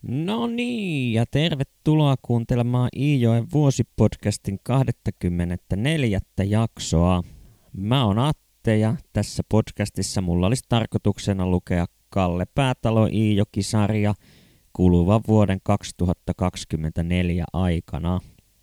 No niin, ja tervetuloa kuuntelemaan Iijoen vuosipodcastin 24. jaksoa. Mä oon Atte ja tässä podcastissa mulla olisi tarkoituksena lukea Kalle Päätalo Iijoki-sarja kuluvan vuoden 2024 aikana.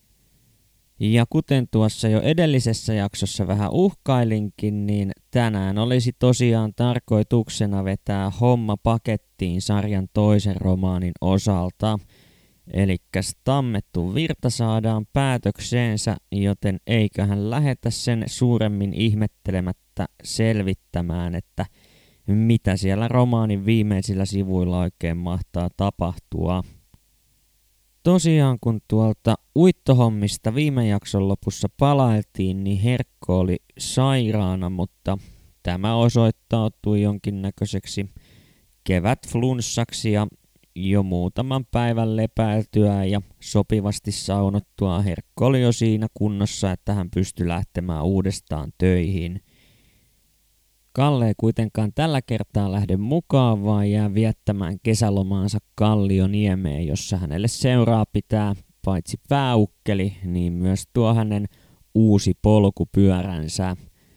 Ja kuten tuossa jo edellisessä jaksossa vähän uhkailinkin, niin tänään olisi tosiaan tarkoituksena vetää homma pakettiin sarjan toisen romaanin osalta. Elikkäs Tammettu virta saadaan päätökseensä, joten eiköhän lähetä sen suuremmin ihmettelemättä selvittämään, että mitä siellä romaanin viimeisillä sivuilla oikein mahtaa tapahtua. Tosiaan kun tuolta uittohommista viime jakson lopussa palailtiin, niin Herkko oli sairaana, mutta tämä osoittautui jonkinnäköiseksi kevätflunssaksi ja jo muutaman päivän lepäiltyä ja sopivasti saunottua Herkko oli jo siinä kunnossa, että hän pystyi lähtemään uudestaan töihin. Kalle ei kuitenkaan tällä kertaa lähde mukaan, vaan jää viettämään kesälomaansa Kallioniemeen, jossa hänelle seuraa pitää paitsi pääukkeli, niin myös tuo hänen uusi polkupyöränsä.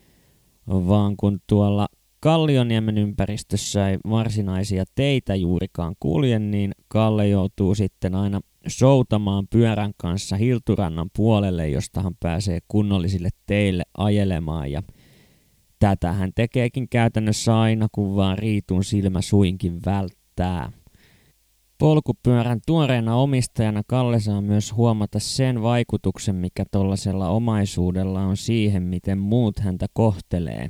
Vaan kun tuolla Kallioniemen ympäristössä ei varsinaisia teitä juurikaan kulje, niin Kalle joutuu sitten aina soutamaan pyörän kanssa Hilturannan puolelle, josta hän pääsee kunnollisille teille ajelemaan ja tätä hän tekeekin käytännössä aina, kun vaan Riitun silmä suinkin välttää. Polkupyörän tuoreena omistajana Kalle saa myös huomata sen vaikutuksen, mikä tollasella omaisuudella on siihen, miten muut häntä kohtelee.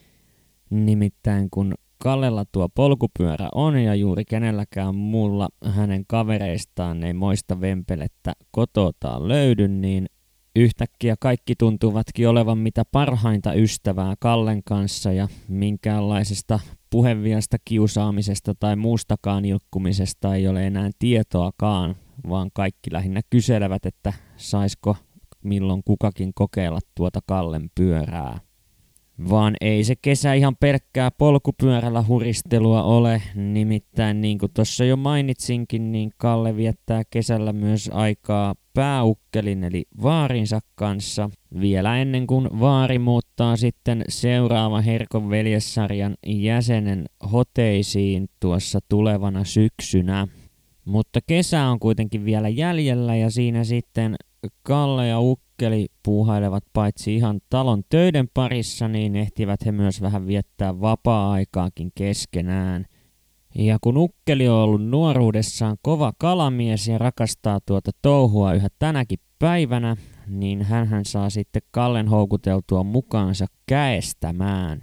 Nimittäin kun Kallella tuo polkupyörä on ja juuri kenelläkään muulla hänen kavereistaan ei moista vempelettä kototaan löydy, niin yhtäkkiä kaikki tuntuvatkin olevan mitä parhainta ystävää Kallen kanssa ja minkäänlaisesta puheviasta kiusaamisesta tai muustakaan ilkkumisesta ei ole enää tietoakaan, vaan kaikki lähinnä kyselevät, että saisiko milloin kukakin kokeilla tuota Kallen pyörää. Vaan ei se kesä ihan pelkkää polkupyörällä huristelua ole, nimittäin niin kuin tuossa jo mainitsinkin, niin Kalle viettää kesällä myös aikaa pääukkelin eli vaarinsa kanssa, vielä ennen kuin vaari muuttaa sitten seuraava Herkon veljessarjan jäsenen hoteisiin tuossa tulevana syksynä. Mutta kesä on kuitenkin vielä jäljellä ja siinä sitten Kalle ja ukkeli puuhailevat paitsi ihan talon töiden parissa, niin ehtivät he myös vähän viettää vapaa-aikaakin keskenään. Ja kun ukkeli on ollut nuoruudessaan kova kalamies ja rakastaa tuota touhua yhä tänäkin päivänä, niin hänhän saa sitten Kallen houkuteltua mukaansa käestämään.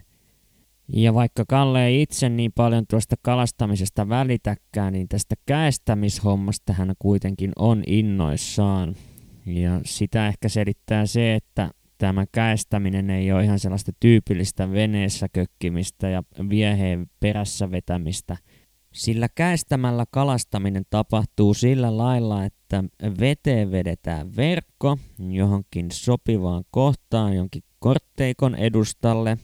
Ja vaikka Kalle ei itse niin paljon tuosta kalastamisesta välitäkään, niin tästä käestämishommasta hän kuitenkin on innoissaan. Ja sitä ehkä selittää se, että tämä käestäminen ei ole ihan sellaista tyypillistä veneessä kökkimistä ja vieheen perässä vetämistä. Sillä käestämällä kalastaminen tapahtuu sillä lailla, että veteen vedetään verkko johonkin sopivaan kohtaan jonkin kortteikon edustalle.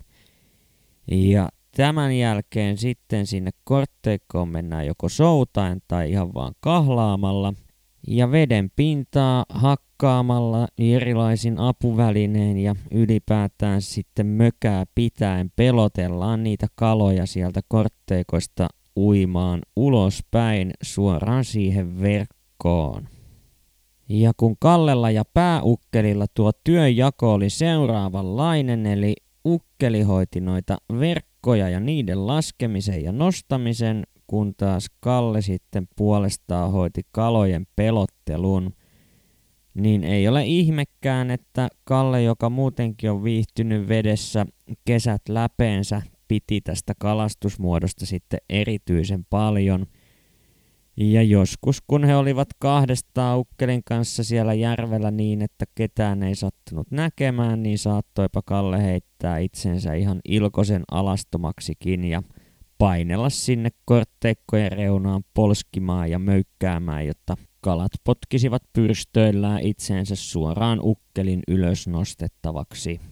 Ja tämän jälkeen sitten sinne kortteikkoon mennään joko soutaen tai ihan vaan kahlaamalla. Ja veden pintaa hakkaamalla erilaisin apuvälinein ja ylipäätään sitten mökää pitäen pelotellaan niitä kaloja sieltä kortteikoista uimaan ulospäin suoraan siihen verkkoon. Ja kun Kallella ja pääukkelilla tuo työnjako oli seuraavanlainen, eli ukkeli hoiti noita verkkoja ja niiden laskemisen ja nostamisen, kun taas Kalle sitten puolestaan hoiti kalojen pelottelun, niin ei ole ihmekään, että Kalle, joka muutenkin on viihtynyt vedessä kesät läpeensä, piti tästä kalastusmuodosta sitten erityisen paljon. Ja joskus, kun he olivat kahdestaan ukkelin kanssa siellä järvellä niin, että ketään ei sattunut näkemään, niin saattoipa Kalle heittää itsensä ihan ilkosen alastomaksikin ja painella sinne kortteikkojen reunaan polskimaan ja möykkäämään, jotta kalat potkisivat pyrstöillään itseensä suoraan ukkelin ylös nostettavaksi.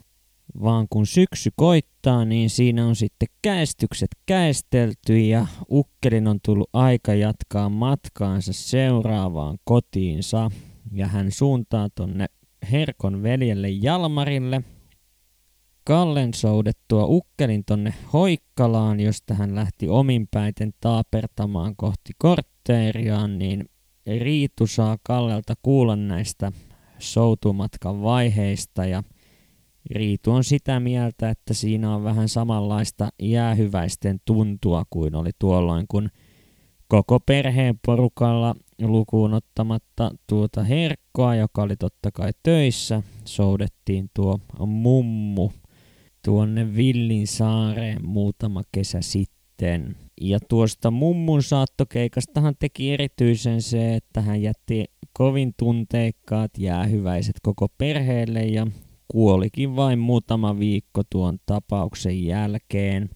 vaan kun syksy koittaa, niin siinä on sitten käestykset käestelty ja ukkelin on tullut aika jatkaa matkaansa seuraavaan kotiinsa. Ja hän suuntaa tonne Herkon veljelle Jalmarille. Kallen soudettua ukkelin tonne Hoikkalaan, josta hän lähti ominpäiten taapertamaan kohti kortteeriaan, niin Riitu saa Kallelta kuulla näistä soutumatkan vaiheista ja Riitu on sitä mieltä, että siinä on vähän samanlaista jäähyväisten tuntua kuin oli tuolloin, kun koko perheen porukalla lukuun ottamatta tuota Herkkoa, joka oli totta kai töissä, soudettiin tuo mummu tuonne Villin saareen muutama kesä sitten. Ja tuosta mummun saattokeikastahan teki erityisen se, että hän jätti kovin tunteikkaat jäähyväiset koko perheelle ja kuolikin vain muutama viikko tuon tapauksen jälkeen.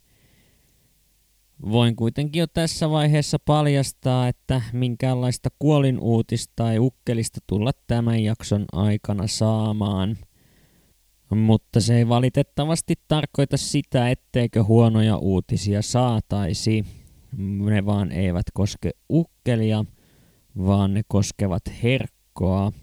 Voin kuitenkin jo tässä vaiheessa paljastaa, että minkäänlaista kuolinuutista ei ukkelista tulla tämän jakson aikana saamaan. Mutta se ei valitettavasti tarkoita sitä, etteikö huonoja uutisia saataisi. Ne vaan eivät koske ukkelia, vaan ne koskevat Herkkoa.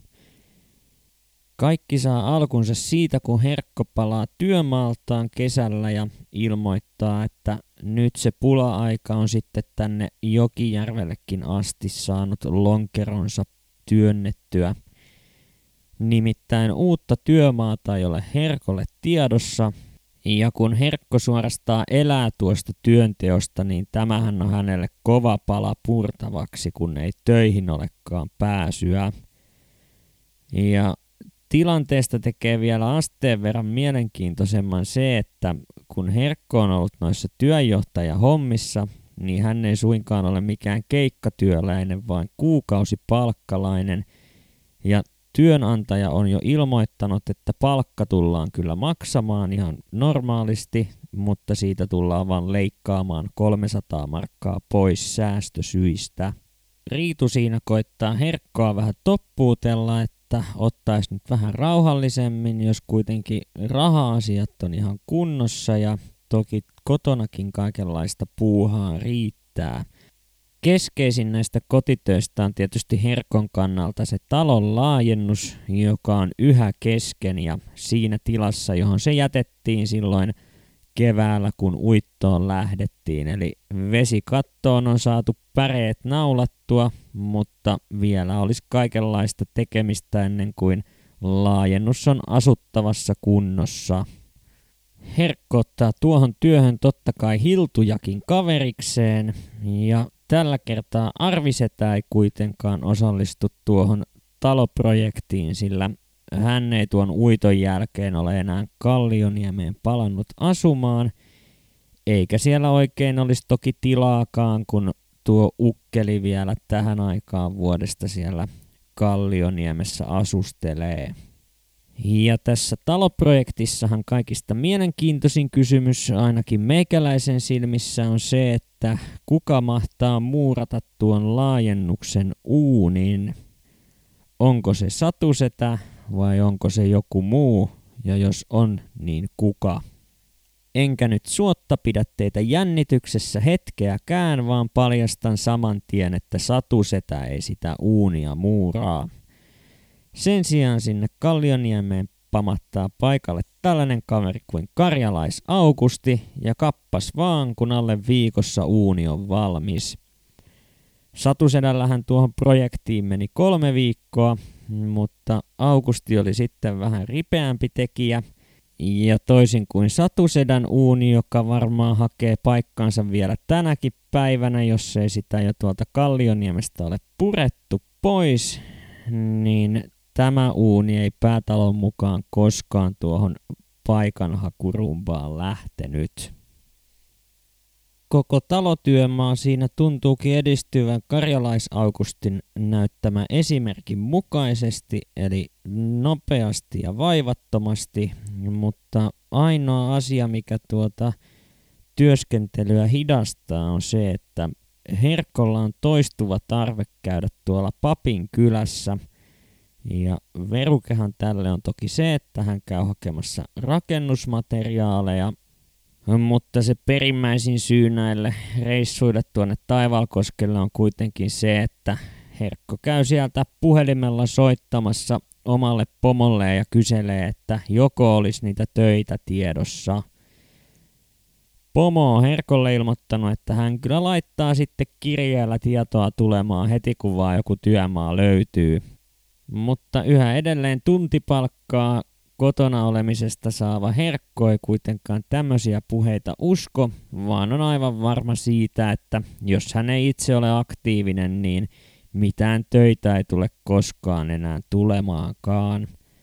Kaikki saa alkunsa siitä, kun Herkko palaa työmaaltaan kesällä ja ilmoittaa, että nyt se pula-aika on sitten tänne Jokijärvellekin asti saanut lonkeronsa työnnettyä. Nimittäin uutta työmaata ei ole Herkolle tiedossa, ja kun Herkko suorastaan elää tuosta työnteosta, niin tämähän on hänelle kova pala purtavaksi, kun ei töihin olekaan pääsyä. Ja tilanteesta tekee vielä asteen verran mielenkiintoisemman se, että kun Herkko on ollut noissa työjohtajahommissa, niin hän ei suinkaan ole mikään keikkatyöläinen, vaan kuukausipalkkalainen. Ja työnantaja on jo ilmoittanut, että palkka tullaan kyllä maksamaan ihan normaalisti, mutta siitä tullaan vaan leikkaamaan 300 markkaa pois säästösyistä. Riitu siinä koittaa Herkkoa vähän toppuutella, että ottaisi nyt vähän rauhallisemmin, jos kuitenkin raha-asiat on ihan kunnossa ja toki kotonakin kaikenlaista puuhaa riittää. Keskeisin näistä kotitöistä on tietysti Herkon kannalta se talon laajennus, joka on yhä kesken ja siinä tilassa, johon se jätettiin silloin keväällä, kun uittoon lähdettiin. Eli vesikattoon on saatu päreet naulattua, mutta vielä olisi kaikenlaista tekemistä ennen kuin laajennus on asuttavassa kunnossa. Herkko ottaa tuohon työhön totta kai Hiltujakin kaverikseen ja tällä kertaa Arvisetä ei kuitenkaan osallistu tuohon taloprojektiin, sillä hän ei tuon uiton jälkeen ole enää Kallioniemeen palannut asumaan, eikä siellä oikein olisi toki tilaakaan, kun tuo ukkeli vielä tähän aikaan vuodesta siellä Kallioniemessä asustelee. Ja tässä taloprojektissahan kaikista mielenkiintoisin kysymys ainakin meikäläisen silmissä on se, että kuka mahtaa muurata tuon laajennuksen uunin. Onko se Satusetä vai onko se joku muu, ja jos on, niin kuka? Enkä nyt suotta pidä teitä jännityksessä hetkeäkään, vaan paljastan saman tien, että Satusetä ei sitä uunia muuraa. Sen sijaan sinne Kallioniemeen pamahtaa paikalle tällainen kaveri kuin Karjalais-Aukusti, ja kappas vaan, kun alle viikossa uuni on valmis. Satusedällähän tuohon projektiin meni 3 viikkoa, mutta Aukusti oli sitten vähän ripeämpi tekijä. Ja toisin kuin Satusedän uuni, joka varmaan hakee paikkaansa vielä tänäkin päivänä, jos ei sitä jo tuolta Kallioniemestä ole purettu pois, niin tämä uuni ei päätalon mukaan koskaan tuohon paikanhakurumpaan lähtenyt. Koko talotyömaa siinä tuntuukin edistyvän Karjalais-Augustin näyttämä esimerkin mukaisesti, eli nopeasti ja vaivattomasti, mutta ainoa asia, mikä tuota työskentelyä hidastaa, on se, että Herkolla on toistuva tarve käydä tuolla papin kylässä, Ja verukehan tälle on toki se, että hän käy hakemassa rakennusmateriaaleja, mutta se perimmäisin syy näille reissuille tuonne Taivalkoskelle on kuitenkin se, että Herkko käy sieltä puhelimella soittamassa omalle pomolle ja kyselee, että joko olisi niitä töitä tiedossa. Pomo on Herkolle ilmoittanut, että hän kyllä laittaa sitten kirjeellä tietoa tulemaan heti kun vaan joku työmaa löytyy. Mutta yhä edelleen tuntipalkkaa kotona olemisesta saava Herkko ei kuitenkaan tämmöisiä puheita usko, vaan on aivan varma siitä, että jos hän ei itse ole aktiivinen, niin mitään töitä ei tule koskaan enää tulemaankaan.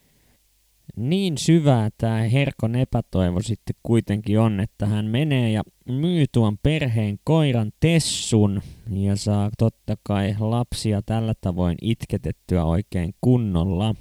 Niin syvää tämä Herkon epätoivo sitten kuitenkin on, että hän menee ja myy tuon perheen koiran Tessun ja saa totta kai lapsia tällä tavoin itketettyä oikein kunnolla.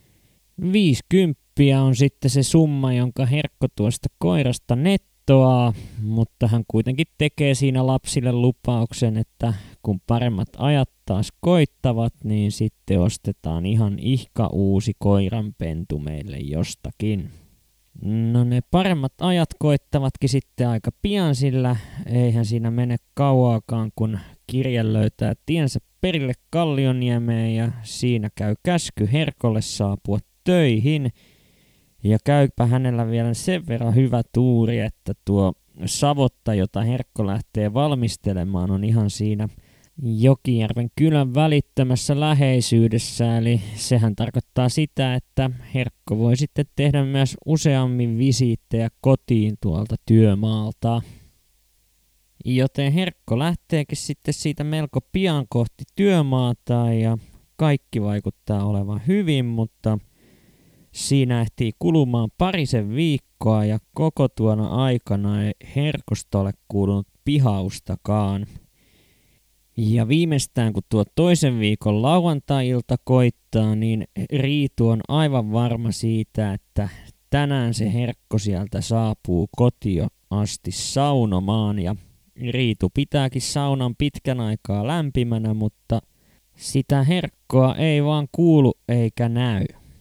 50 on sitten se summa, jonka Herkko tuosta koirasta nettoaa, mutta hän kuitenkin tekee siinä lapsille lupauksen, että kun paremmat ajat taas koittavat, niin sitten ostetaan ihan ihka uusi koiranpentu meille jostakin. No ne paremmat ajat koittavatkin sitten aika pian, sillä eihän siinä mene kauaakaan, kun kirje löytää tiensä perille Kallioniemeen ja siinä käy käsky Herkolle saapua töihin. Ja käypä hänellä vielä sen verran hyvä tuuri, että tuo savotta, jota Herkko lähtee valmistelemaan, on ihan siinä Jokijärven kylän välittömässä läheisyydessä. Eli sehän tarkoittaa sitä, että Herkko voi sitten tehdä myös useammin visiittejä kotiin tuolta työmaalta. Joten Herkko lähteekin sitten siitä melko pian kohti työmaata ja kaikki vaikuttaa olevan hyvin, mutta siinä ehtii kulumaan parisen viikkoa ja koko tuona aikana ei Herkosta ole kuulunut pihaustakaan. Ja viimeistään kun tuo toisen viikon lauantai-ilta koittaa, niin Riitu on aivan varma siitä, että tänään se Herkko sieltä saapuu kotiin asti saunomaan. Ja Riitu pitääkin saunan pitkän aikaa lämpimänä, mutta sitä Herkkoa ei vaan kuulu eikä näy.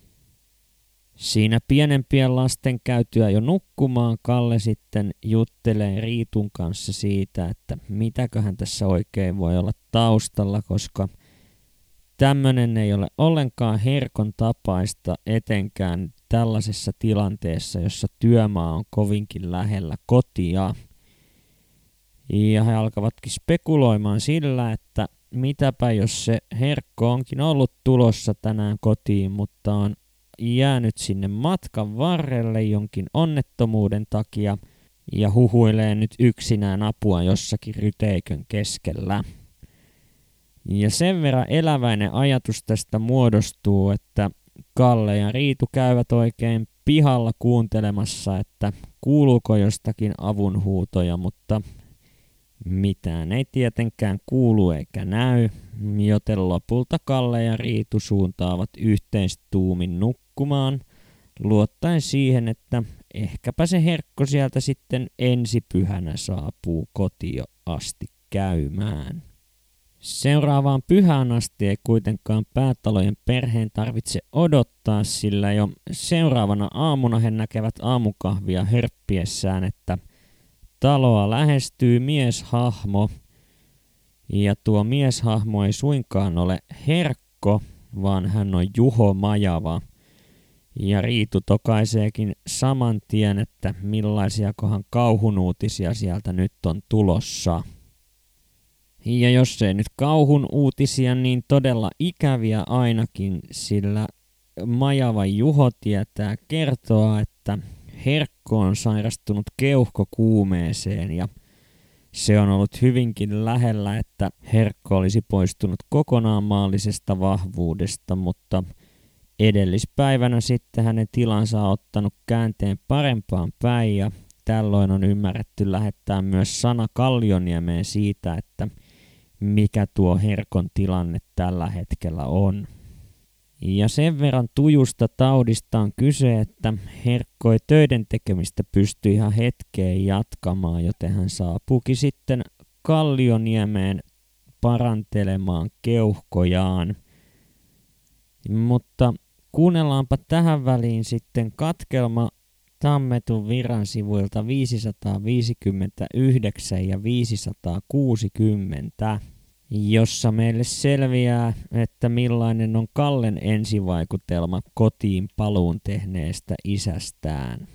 Siinä pienempien lasten käytyä jo nukkumaan Kalle sitten juttelee Riitun kanssa siitä, että mitäköhän tässä oikein voi olla taustalla, koska tämmöinen ei ole ollenkaan Herkon tapaista etenkään tällaisessa tilanteessa, jossa työmaa on kovinkin lähellä kotia. Ja he alkavatkin spekuloimaan sillä, että mitäpä jos se Herkko onkin ollut tulossa tänään kotiin, mutta on jäänyt sinne matkan varrelle jonkin onnettomuuden takia ja huhuilee nyt yksinään apua jossakin ryteikön keskellä. Ja sen verran eläväinen ajatus tästä muodostuu, että Kalle ja Riitu käyvät oikein pihalla kuuntelemassa, että kuuluuko jostakin avunhuutoja, mutta mitään ei tietenkään kuulu eikä näy, joten lopulta Kalle ja Riitu suuntaavat yhteistuumin nukkumaan, luottaen siihen, että ehkäpä se Herkko sieltä sitten ensi pyhänä saapuu kotiin asti käymään. Seuraavaan pyhään asti ei kuitenkaan Päätalojen perheen tarvitse odottaa, sillä jo seuraavana aamuna he näkevät aamukahvia hörppiessään, että taloa lähestyy mieshahmo, ja tuo mieshahmo ei suinkaan ole Herkko, vaan hän on Juho Majava. Ja Riitu tokaiseekin saman tien, että millaisiakohan kauhunuutisia sieltä nyt on tulossa. Ja jos ei nyt kauhun uutisia, niin todella ikäviä ainakin, sillä Majava Juho tietää kertoa, että Herkko on sairastunut keuhkokuumeeseen ja se on ollut hyvinkin lähellä, että Herkko olisi poistunut kokonaan maallisesta vahvuudesta, mutta edellispäivänä sitten hänen tilansa on ottanut käänteen parempaan päin ja tällöin on ymmärretty lähettää myös sana Kallioniemeen siitä, että mikä tuo Herkon tilanne tällä hetkellä on. Ja sen verran tujusta taudista on kyse, että Herkko ei töiden tekemistä pysty ihan hetkeen jatkamaan, joten hän saapuukin sitten Kallioniemeen parantelemaan keuhkojaan. Mutta kuunnellaanpa tähän väliin sitten katkelma Tammetun Virran sivuilta 559 ja 560, jossa meille selviää, että millainen on Kallen ensivaikutelma kotiin paluun tehneestä isästään.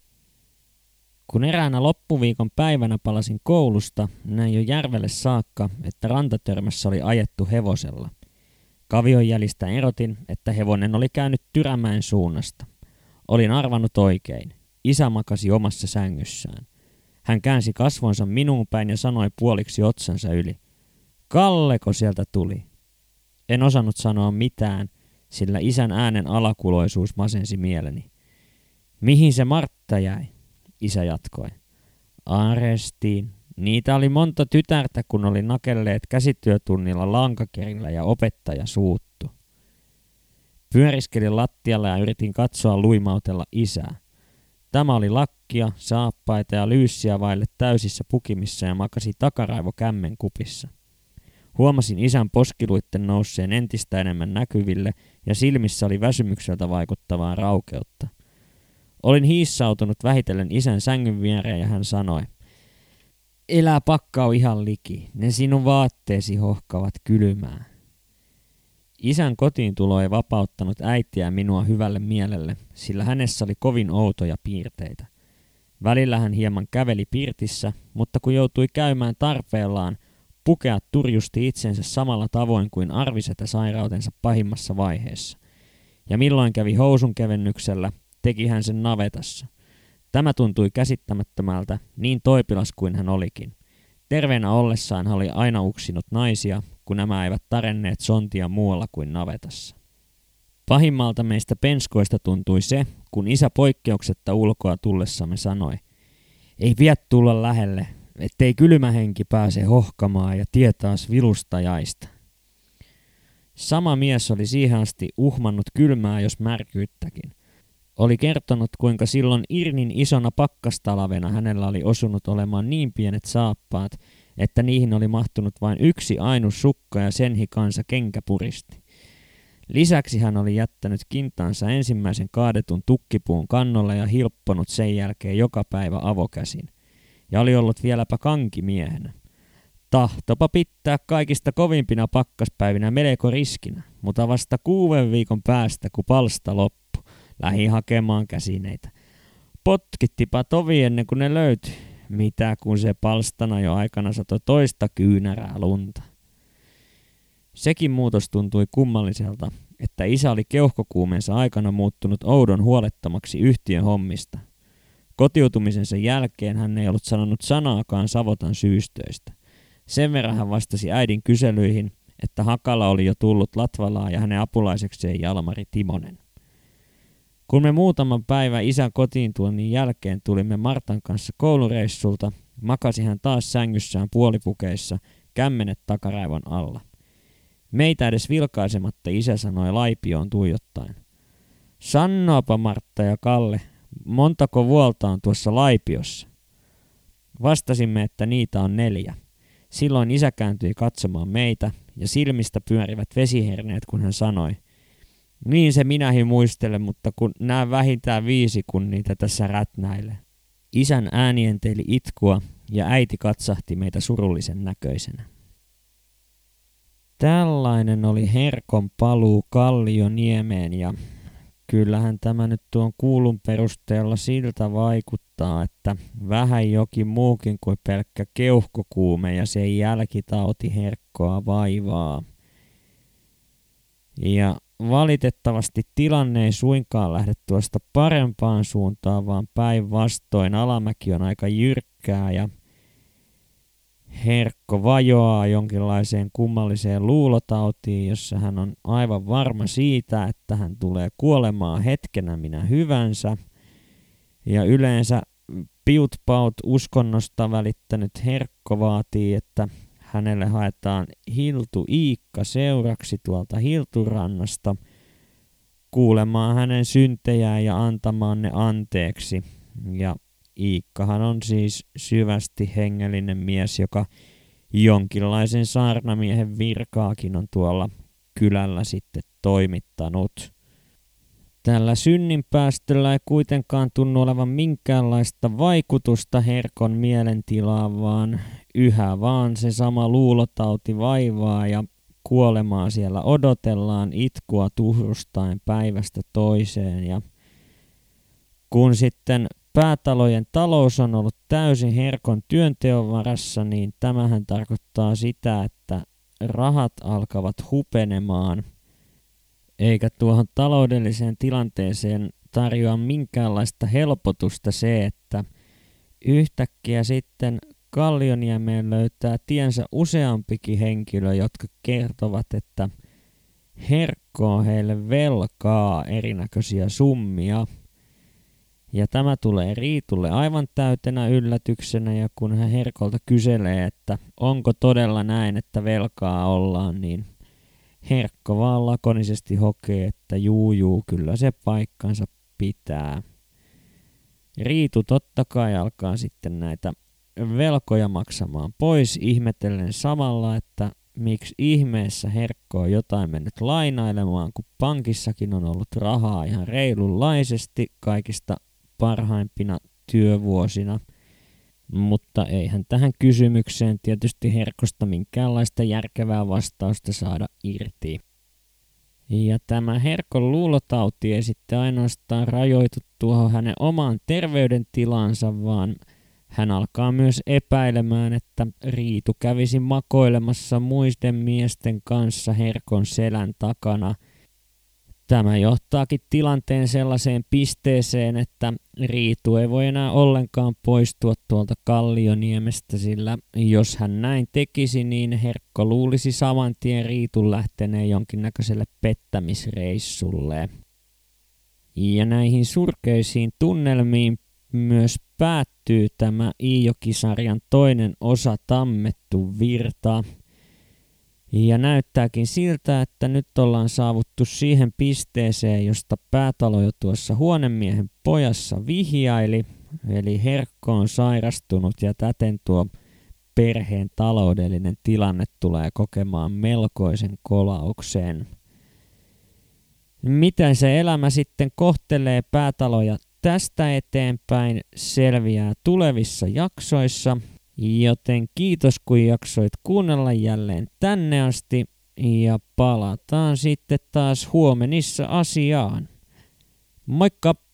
Kun eräänä loppuviikon päivänä palasin koulusta, näin jo järvelle saakka, että rantatörmässä oli ajettu hevosella. Kavion jäljistä erotin, että hevonen oli käynyt Tyrämäen suunnasta. Olin arvannut oikein. Isä makasi omassa sängyssään. Hän käänsi kasvonsa minuun päin ja sanoi puoliksi otsansa yli. Kalleko sieltä tuli? En osannut sanoa mitään, sillä isän äänen alakuloisuus masensi mieleni. Mihin se Martta jäi? Isä jatkoi. Arestiin. Niitä oli monta tytärtä, kun oli nakelleet käsityötunnilla lankakerillä ja opettaja suuttu. Pyöriskelin lattialla ja yritin katsoa luimautella isää. Tämä oli lakkia, saappaita ja lyyssiä vaille täysissä pukimissa ja makasi takaraivo kämmen kupissa. Huomasin isän poskiluitten nousseen entistä enemmän näkyville ja silmissä oli väsymykseltä vaikuttavaa raukeutta. Olin hiissautunut vähitellen isän sängyn viereen ja hän sanoi. Elää pakkau ihan liki, ne sinun vaatteesi hohkavat kylmää. Isän kotiin tulo ei vapauttanut äitiä ja minua hyvälle mielelle, sillä hänessä oli kovin outoja piirteitä. Välillä hän hieman käveli pirtissä, mutta kun joutui käymään tarpeellaan, pukea turjusti itsensä samalla tavoin kuin arvisetä sairautensa pahimmassa vaiheessa. Ja milloin kävi housun kevennyksellä, teki hän sen navetassa. Tämä tuntui käsittämättömältä, niin toipilas kuin hän olikin. Terveenä ollessaan hän oli aina uksinut naisia, kun nämä eivät tarenneet sontia muualla kuin navetassa. Pahimmalta meistä penskoista tuntui se, kun isä poikkeuksetta ulkoa tullessamme sanoi, ei vie tulla lähelle, ettei kylmä henki pääse hohkamaan ja tie taas vilustajaista. Sama mies oli siihen asti uhmannut kylmää jos märkyyttäkin. Oli kertonut, kuinka silloin Irnin isona pakkastalvena hänellä oli osunut olemaan niin pienet saappaat, että niihin oli mahtunut vain yksi ainus sukka ja sen hikansa kenkä puristi. Lisäksi hän oli jättänyt kintaansa ensimmäisen kaadetun tukkipuun kannolle ja hilpponut sen jälkeen joka päivä avokäsin. Ja oli ollut vieläpä kankimiehenä. Tahtopa pitää kaikista kovimpina pakkaspäivinä melko riskinä, mutta vasta 6 viikon päästä, kun palsta loppui, lähi hakemaan käsineitä. Potkittipa tovi ennen kuin ne löytyi. Mitä kun se palstana jo aikana satoi toista kyynärää lunta. Sekin muutos tuntui kummalliselta, että isä oli keuhkokuumeensa aikana muuttunut oudon huolettomaksi yhtiön hommista. Kotiutumisensa jälkeen hän ei ollut sanonut sanaakaan Savotan syystöistä. Sen verran hän vastasi äidin kyselyihin, että Hakala oli jo tullut Latvalaa ja hänen apulaisekseen Jalmari Timonen. Kun me muutaman päivän isän kotiin tuonnin jälkeen tulimme Martan kanssa koulureissulta, makasi hän taas sängyssään puolipukeissa, kämmenet takaraivon alla. Meitä edes vilkaisematta isä sanoi laipioon tuijottaen. Sannoapa Martta ja Kalle, montako vuolta on tuossa laipiossa? Vastasimme, että niitä on 4. Silloin isä kääntyi katsomaan meitä ja silmistä pyörivät vesiherneet, kun hän sanoi. Niin se minäkin muistelen, mutta kun näen vähintään 5, kun niitä tässä rätnäilee. Isän ääni enteili itkua ja äiti katsahti meitä surullisen näköisenä. Tällainen oli Herkon paluu Kallioniemeen ja kyllähän tämä nyt tuon kuulun perusteella siltä vaikuttaa, että vähän jokin muukin kuin pelkkä keuhkokuume ja sen jälkitauti Herkkoa vaivaa. Ja valitettavasti tilanne ei suinkaan lähde tuosta parempaan suuntaan, vaan päinvastoin alamäki on aika jyrkkää ja Herkko vajoaa jonkinlaiseen kummalliseen luulotautiin, jossa hän on aivan varma siitä, että hän tulee kuolemaan hetkenä minä hyvänsä. Ja yleensä piutpaut uskonnosta välittänyt Herkko vaatii, että hänelle haetaan Hiltu Iikka seuraksi tuolta Hilturannasta kuulemaan hänen syntejään ja antamaan ne anteeksi. Ja Iikkahan on siis syvästi hengellinen mies, joka jonkinlaisen saarnamiehen virkaakin on tuolla kylällä sitten toimittanut. Tällä synninpäästöllä ei kuitenkaan tunnu olevan minkäänlaista vaikutusta Herkon mielentilaan, vaan yhä vaan se sama luulotauti vaivaa ja kuolemaa siellä odotellaan itkua tuhrustain päivästä toiseen. Ja kun sitten päätalojen talous on ollut täysin Herkon työnteon varassa, niin tämähän tarkoittaa sitä, että rahat alkavat hupenemaan, eikä tuohon taloudelliseen tilanteeseen tarjoa minkäänlaista helpotusta se, että yhtäkkiä sitten Kallioniemeen löytää tiensä useampikin henkilö, jotka kertovat, että Herkko on heille velkaa erinäköisiä summia. Ja tämä tulee Riitulle aivan täytenä yllätyksenä, ja kun hän Herkolta kyselee, että onko todella näin, että velkaa ollaan, niin Herkko vaan lakonisesti hokee, että juu, kyllä se paikkansa pitää. Riitu totta kai alkaa sitten näitä velkoja maksamaan pois, ihmetellen samalla, että miksi ihmeessä Herkko on jotain mennyt lainailemaan, kun pankissakin on ollut rahaa ihan reilunlaisesti kaikista parhaimpina työvuosina. Mutta eihän tähän kysymykseen tietysti Herkosta minkäänlaista järkevää vastausta saada irti. Ja tämä Herkon luulotauti ei sitten ainoastaan rajoitu tuohon hänen omaan terveydentilansa, vaan hän alkaa myös epäilemään, että Riitu kävisi makoilemassa muiden miesten kanssa Herkon selän takana. Tämä johtaakin tilanteen sellaiseen pisteeseen, että Riitu ei voi enää ollenkaan poistua tuolta Kallioniemestä, sillä jos hän näin tekisi, niin Herkko luulisi saman tien Riitun lähteneen jonkinnäköiselle pettämisreissulle. Ja näihin surkeisiin tunnelmiin myös päättyy tämä Iijoki-sarjan toinen osa Tammettu virta. Ja näyttääkin siltä, että nyt ollaan saavuttu siihen pisteeseen, josta päätalo jo tuossa huonemiehen pojassa vihjaili. Eli Herkko on sairastunut ja täten tuo perheen taloudellinen tilanne tulee kokemaan melkoisen kolauksen. Miten se elämä sitten kohtelee päätaloja tästä eteenpäin selviää tulevissa jaksoissa. Joten kiitos kun jaksoit kuunnella jälleen tänne asti ja palataan sitten taas huomenissa asiaan. Moikka!